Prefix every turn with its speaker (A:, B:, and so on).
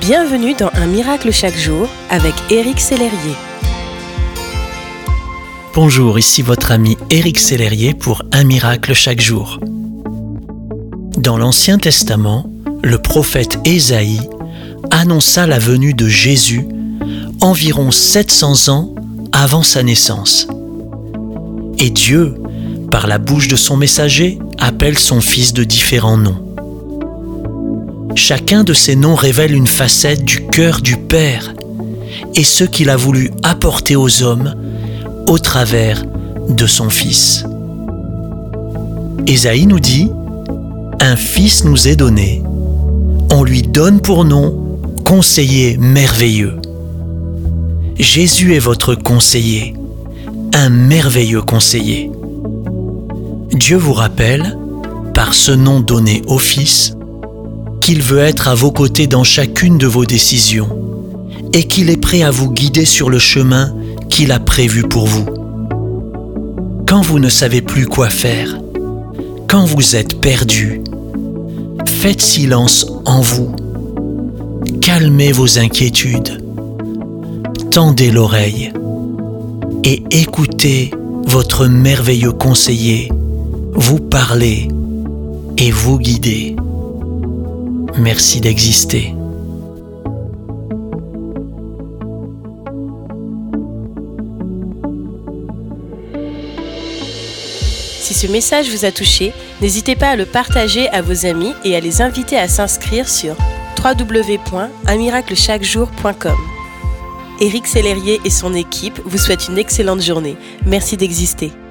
A: Bienvenue dans Un miracle chaque jour avec Éric Sellerier.
B: Bonjour, ici votre ami Éric Sellerier pour Un miracle chaque jour. Dans l'Ancien Testament, le prophète Ésaïe annonça la venue de Jésus environ 700 ans avant sa naissance. Et Dieu, par la bouche de son messager, appelle son fils de différents noms. Chacun de ces noms révèle une facette du cœur du Père et ce qu'il a voulu apporter aux hommes au travers de son Fils. Ésaïe nous dit « Un fils nous est donné, on lui donne pour nom conseiller merveilleux ». Jésus est votre conseiller, un merveilleux conseiller. Dieu vous rappelle, par ce nom donné au Fils, qu'il veut être à vos côtés dans chacune de vos décisions et qu'il est prêt à vous guider sur le chemin qu'il a prévu pour vous. Quand vous ne savez plus quoi faire, quand vous êtes perdu, faites silence en vous, calmez vos inquiétudes, tendez l'oreille et écoutez votre merveilleux conseiller vous parler et vous guider. Merci d'exister.
A: Si ce message vous a touché, n'hésitez pas à le partager à vos amis et à les inviter à s'inscrire sur www.unmiraclechaquejour.com. Éric Sellerier et son équipe vous souhaitent une excellente journée. Merci d'exister.